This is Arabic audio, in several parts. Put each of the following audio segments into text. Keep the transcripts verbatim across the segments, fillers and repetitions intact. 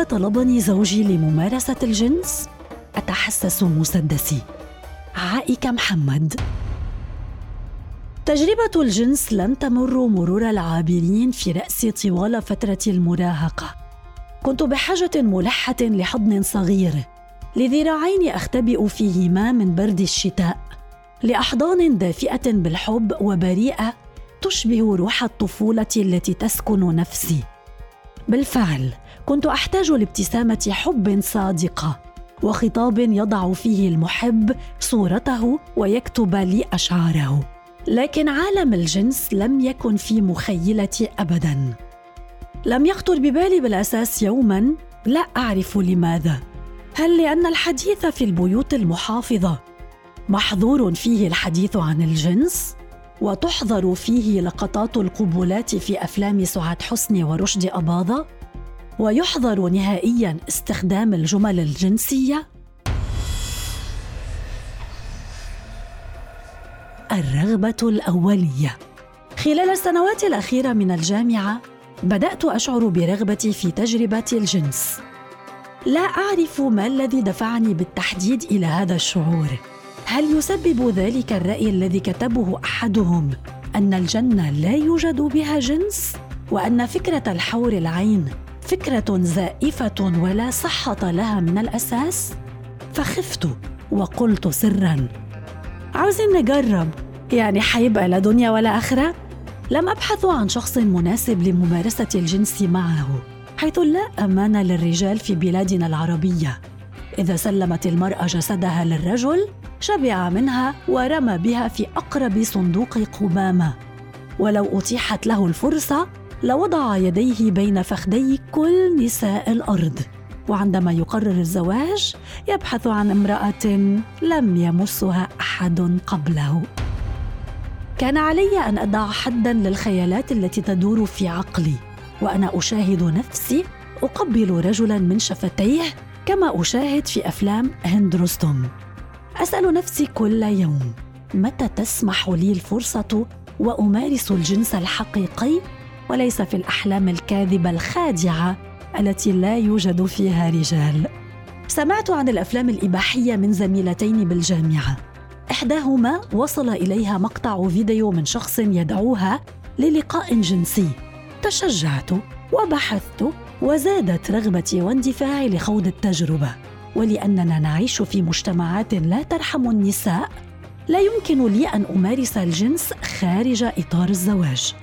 عندما طلبني زوجي لممارسة الجنس أتحسس مسدسي. عائك محمد. تجربة الجنس لم تمر مرور العابرين في رأسي طوال فترة المراهقة. كنت بحاجة ملحة لحضن صغير، لذراعين أختبئ فيهما من برد الشتاء، لأحضان دافئة بالحب وبريئة تشبه روح الطفولة التي تسكن نفسي. بالفعل كنت أحتاج لابتسامة حب صادقة، وخطاب يضع فيه المحب صورته ويكتب لي أشعاره. لكن عالم الجنس لم يكن في مخيلتي أبداً. لم يخطر ببالي بالأساس يوماً، لا أعرف لماذا. هل لأن الحديث في البيوت المحافظة محظور فيه الحديث عن الجنس، وتحظر فيه لقطات القبلات في أفلام سعاد حسني ورشدي أباظة، ويحظر نهائياً استخدام الجمل الجنسية؟ الرغبة الأولية. خلال السنوات الأخيرة من الجامعة بدأت أشعر برغبتي في تجربة الجنس. لا أعرف ما الذي دفعني بالتحديد إلى هذا الشعور. هل يسبب ذلك الرأي الذي كتبه أحدهم أن الجنة لا يوجد بها جنس، وأن فكرة الحور العين فكرة زائفة ولا صحة لها من الأساس؟ فخفت وقلت سراً: عاوزين نجرب، يعني حيبقى لا دنيا ولا آخرة؟ لم أبحث عن شخص مناسب لممارسة الجنس معه، حيث لا أمان للرجال في بلادنا العربية. إذا سلمت المرأة جسدها للرجل شبع منها ورمى بها في أقرب صندوق قمامة، ولو أتيحت له الفرصة لوضع يديه بين فخذي كل نساء الأرض، وعندما يقرر الزواج يبحث عن امرأة لم يمسها أحد قبله. كان علي أن أضع حداً للخيالات التي تدور في عقلي، وأنا أشاهد نفسي أقبل رجلاً من شفتيه كما أشاهد في أفلام هند رستم. أسأل نفسي كل يوم: متى تسمح لي الفرصة وأمارس الجنس الحقيقي، وليس في الأحلام الكاذبة الخادعة التي لا يوجد فيها رجال؟ سمعت عن الأفلام الإباحية من زميلتين بالجامعة. إحداهما وصل إليها مقطع فيديو من شخص يدعوها للقاء جنسي. تشجعت وبحثت، وزادت رغبتي واندفاعي لخوض التجربة. ولأننا نعيش في مجتمعات لا ترحم النساء، لا يمكن لي أن أمارس الجنس خارج إطار الزواج.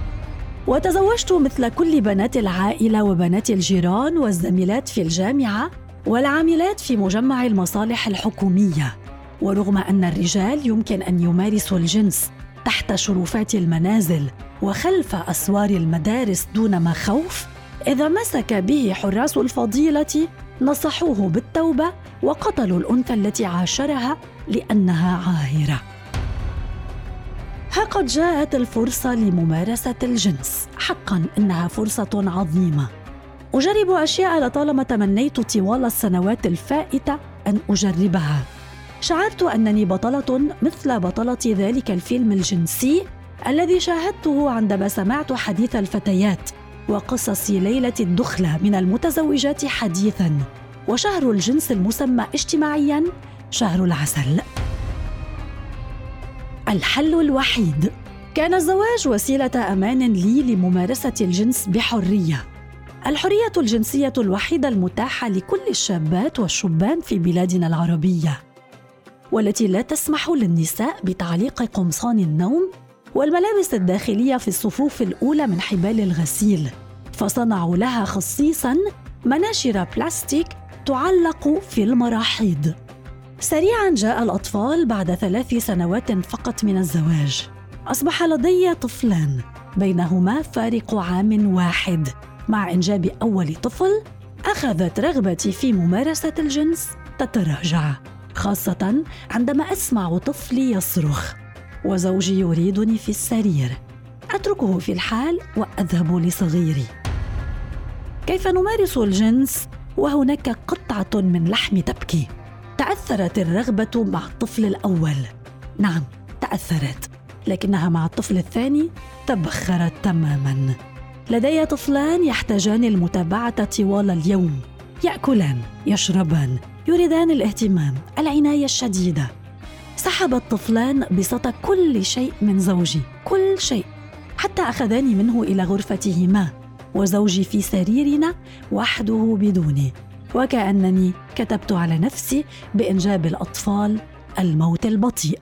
وتزوجت مثل كل بنات العائلة وبنات الجيران والزميلات في الجامعة والعاملات في مجمع المصالح الحكومية. ورغم أن الرجال يمكن أن يمارسوا الجنس تحت شرفات المنازل وخلف أسوار المدارس دون مخاوف، إذا مسك به حراس الفضيلة نصحوه بالتوبة وقتلوا الأنثى التي عاشرها لأنها عاهرة. ها قد جاءت الفرصة لممارسة الجنس. حقاً إنها فرصة عظيمة. أجرب أشياء لطالما تمنيت طوال السنوات الفائتة أن أجربها. شعرت أنني بطلة مثل بطلة ذلك الفيلم الجنسي الذي شاهدته عندما سمعت حديث الفتيات وقصص ليلة الدخلة من المتزوجات حديثاً، وشهر الجنس المسمى اجتماعياً شهر العسل. الحل الوحيد كان الزواج وسيلة أمان لي لممارسة الجنس بحرية. الحرية الجنسية الوحيدة المتاحة لكل الشابات والشبان في بلادنا العربية، والتي لا تسمح للنساء بتعليق قمصان النوم والملابس الداخلية في الصفوف الأولى من حبال الغسيل، فصنعوا لها خصيصاً مناشر بلاستيك تعلق في المراحيض. سريعاً جاء الأطفال بعد ثلاث سنوات فقط من الزواج. أصبح لدي طفلان بينهما فارق عام واحد. مع إنجاب أول طفل أخذت رغبتي في ممارسة الجنس تتراجع، خاصة عندما أسمع طفلي يصرخ وزوجي يريدني في السرير. أتركه في الحال وأذهب لصغيري. كيف نمارس الجنس وهناك قطعة من لحم تبكي؟ تأثرت الرغبة مع الطفل الأول. نعم، تأثرت، لكنها مع الطفل الثاني تبخرت تماماً. لدي طفلان يحتاجان المتابعة طوال اليوم، يأكلان، يشربان، يريدان الاهتمام، العناية الشديدة. سحب الطفلان بساط كل شيء من زوجي، كل شيء، حتى أخذاني منه إلى غرفتهما، وزوجي في سريرنا وحده بدوني، وكأنني كتبت على نفسي بإنجاب الأطفال الموت البطيء.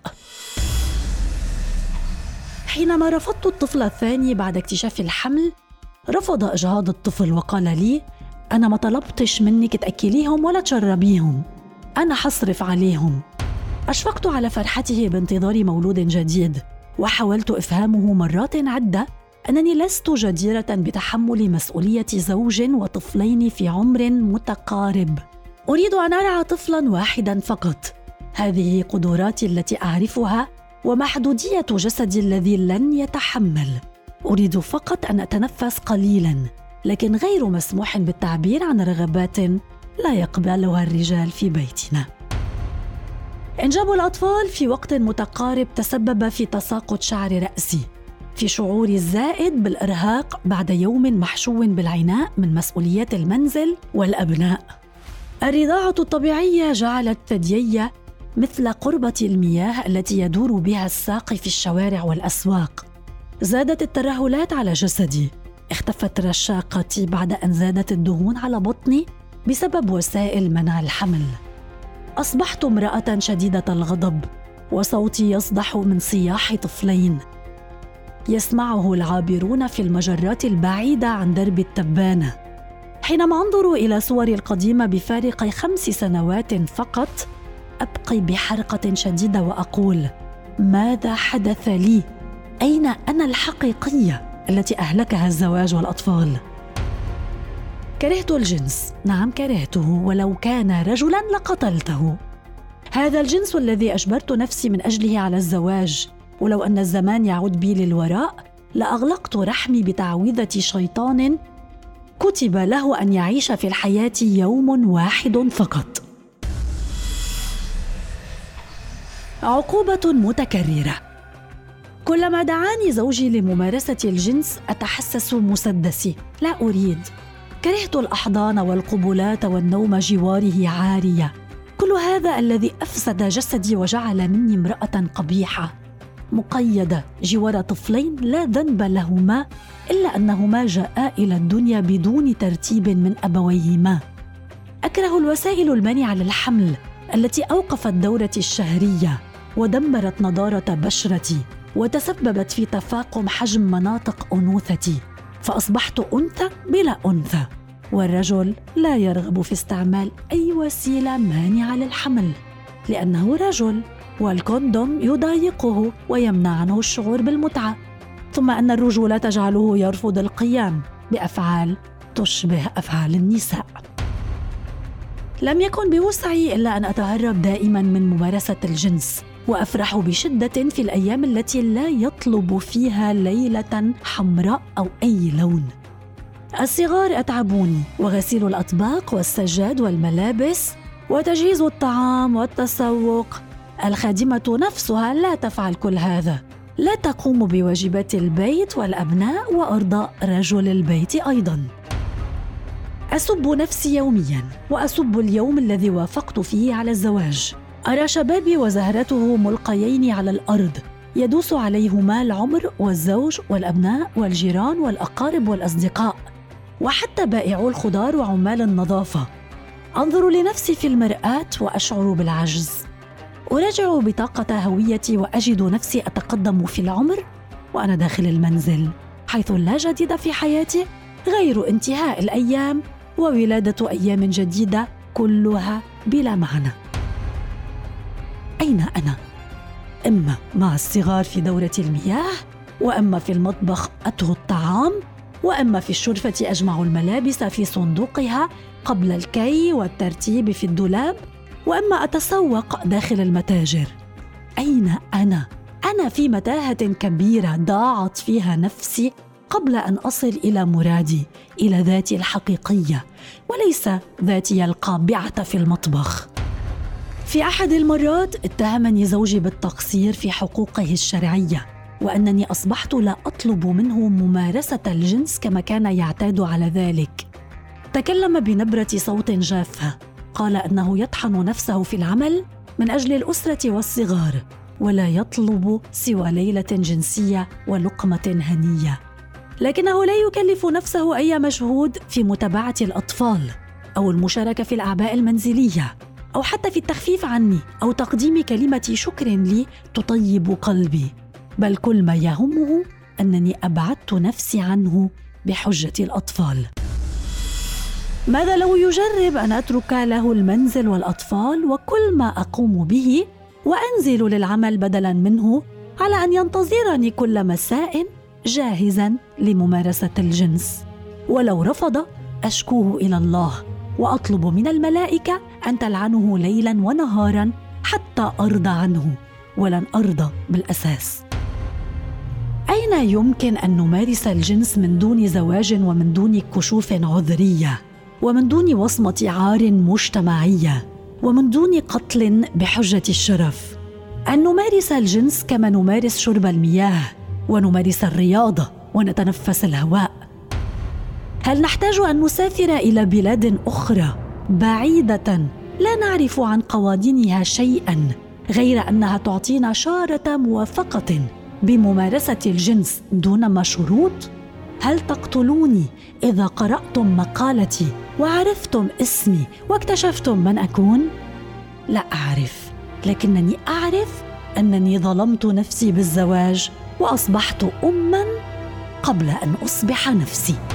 حينما رفضت الطفل الثاني بعد اكتشاف الحمل، رفض إجهاض الطفل وقال لي: أنا ما طلبتش منك تأكليهم ولا تشربيهم، أنا حصرف عليهم. أشفقت على فرحته بانتظار مولود جديد، وحاولت إفهامه مرات عدة أنني لست جديرة بتحمل مسؤولية زوج وطفلين في عمر متقارب. أريد أن أرعى طفلاً واحداً فقط. هذه قدراتي التي أعرفها ومحدودية جسدي الذي لن يتحمل. أريد فقط أن أتنفس قليلاً، لكن غير مسموح بالتعبير عن رغبات لا يقبلها الرجال في بيتنا. إنجاب الأطفال في وقت متقارب تسبب في تساقط شعر رأسي، في شعور الزائد بالإرهاق بعد يوم محشو بالعناء من مسؤوليات المنزل والأبناء. الرضاعة الطبيعية جعلت ثديي مثل قربة المياه التي يدور بها الساقي في الشوارع والأسواق. زادت الترهلات على جسدي، اختفت رشاقتي بعد أن زادت الدهون على بطني بسبب وسائل منع الحمل. أصبحت امرأة شديدة الغضب، وصوتي يصدح من صياح طفلين يسمعه العابرون في المجرات البعيدة عن درب التبانة. حينما أنظر إلى صوري القديمة بفارق خمس سنوات فقط، أبقي بحرقة شديدة وأقول: ماذا حدث لي؟ أين أنا الحقيقية التي أهلكها الزواج والأطفال؟ كرهت الجنس، نعم كرهته، ولو كان رجلاً لقتلته. هذا الجنس الذي أجبرت نفسي من أجله على الزواج، ولو أن الزمان يعود بي للوراء لأغلقت رحمي بتعويذة شيطان كتب له أن يعيش في الحياة يوم واحد فقط. عقوبة متكررة. كلما دعاني زوجي لممارسة الجنس أتحسس مسدسي، لا أريد. كرهت الأحضان والقبلات والنوم جواره عارية. كل هذا الذي أفسد جسدي وجعل مني امرأة قبيحة، مقيدة جوار طفلين لا ذنب لهما إلا أنهما جاءا إلى الدنيا بدون ترتيب من أبويهما. أكره الوسائل المانعة للحمل التي أوقفت دورتي الشهرية ودمرت نضارة بشرتي وتسببت في تفاقم حجم مناطق أنوثتي، فأصبحت أنثى بلا أنثى، والرجل لا يرغب في استعمال أي وسيلة مانعة للحمل لأنه رجل، والكوندوم يضايقه ويمنع عنه الشعور بالمتعة، ثم أن الرجولة تجعله يرفض القيام بأفعال تشبه أفعال النساء. لم يكن بوسعي إلا أن أتهرب دائما من ممارسة الجنس، وأفرح بشدة في الأيام التي لا يطلب فيها ليلة حمراء أو أي لون. الصغار أتعبوني، وغسيل الأطباق والسجاد والملابس وتجهيز الطعام والتسوق. الخادمة نفسها لا تفعل كل هذا، لا تقوم بواجبات البيت والأبناء وأرضاء رجل البيت أيضاً. أسب نفسي يومياً، وأسب اليوم الذي وافقت فيه على الزواج. أرى شبابي وزهرته ملقيين على الأرض، يدوس عليهما العمر والزوج والأبناء والجيران والأقارب والأصدقاء، وحتى بائعو الخضار وعمال النظافة. أنظر لنفسي في المرآة وأشعر بالعجز. أراجع بطاقة هويتي وأجد نفسي أتقدم في العمر وأنا داخل المنزل، حيث لا جديد في حياتي غير انتهاء الأيام وولادة أيام جديدة كلها بلا معنى. أين أنا؟ إما مع الصغار في دورة المياه، وإما في المطبخ أطهو الطعام، وإما في الشرفة أجمع الملابس في صندوقها قبل الكي والترتيب في الدولاب، وإما أتسوق داخل المتاجر. أين أنا؟ أنا في متاهة كبيرة ضاعت فيها نفسي قبل أن أصل إلى مرادي، إلى ذاتي الحقيقية، وليس ذاتي القابعة في المطبخ. في أحد المرات اتهمني زوجي بالتقصير في حقوقه الشرعية، وأنني أصبحت لا أطلب منه ممارسة الجنس كما كان يعتاد على ذلك. تكلم بنبرة صوت جافة، قال أنه يطحن نفسه في العمل من أجل الأسرة والصغار، ولا يطلب سوى ليلة جنسية ولقمة هنية، لكنه لا يكلف نفسه أي مجهود في متابعة الأطفال أو المشاركة في الأعباء المنزلية أو حتى في التخفيف عني أو تقديم كلمة شكر لي تطيب قلبي، بل كل ما يهمه أنني أبعدت نفسي عنه بحجة الأطفال. ماذا لو يجرب أن أترك له المنزل والأطفال وكل ما أقوم به وأنزل للعمل بدلاً منه، على أن ينتظرني كل مساء جاهزاً لممارسة الجنس؟ ولو رفض أشكوه إلى الله وأطلب من الملائكة أن تلعنه ليلاً ونهاراً حتى أرضى عنه، ولن أرضى بالأساس. أين يمكن أن نمارس الجنس من دون زواج ومن دون كشوف عذرية ومن دون وصمة عار مجتمعية ومن دون قتل بحجة الشرف؟ أن نمارس الجنس كما نمارس شرب المياه ونمارس الرياضة ونتنفس الهواء. هل نحتاج أن نسافر إلى بلاد أخرى بعيدة لا نعرف عن قوانينها شيئاً غير أنها تعطينا شارة موافقة بممارسة الجنس دون ما شروط؟ هل تقتلوني إذا قرأتم مقالتي وعرفتم اسمي واكتشفتم من أكون؟ لا أعرف، لكنني أعرف أنني ظلمت نفسي بالزواج وأصبحت أماً قبل أن أصبح نفسي.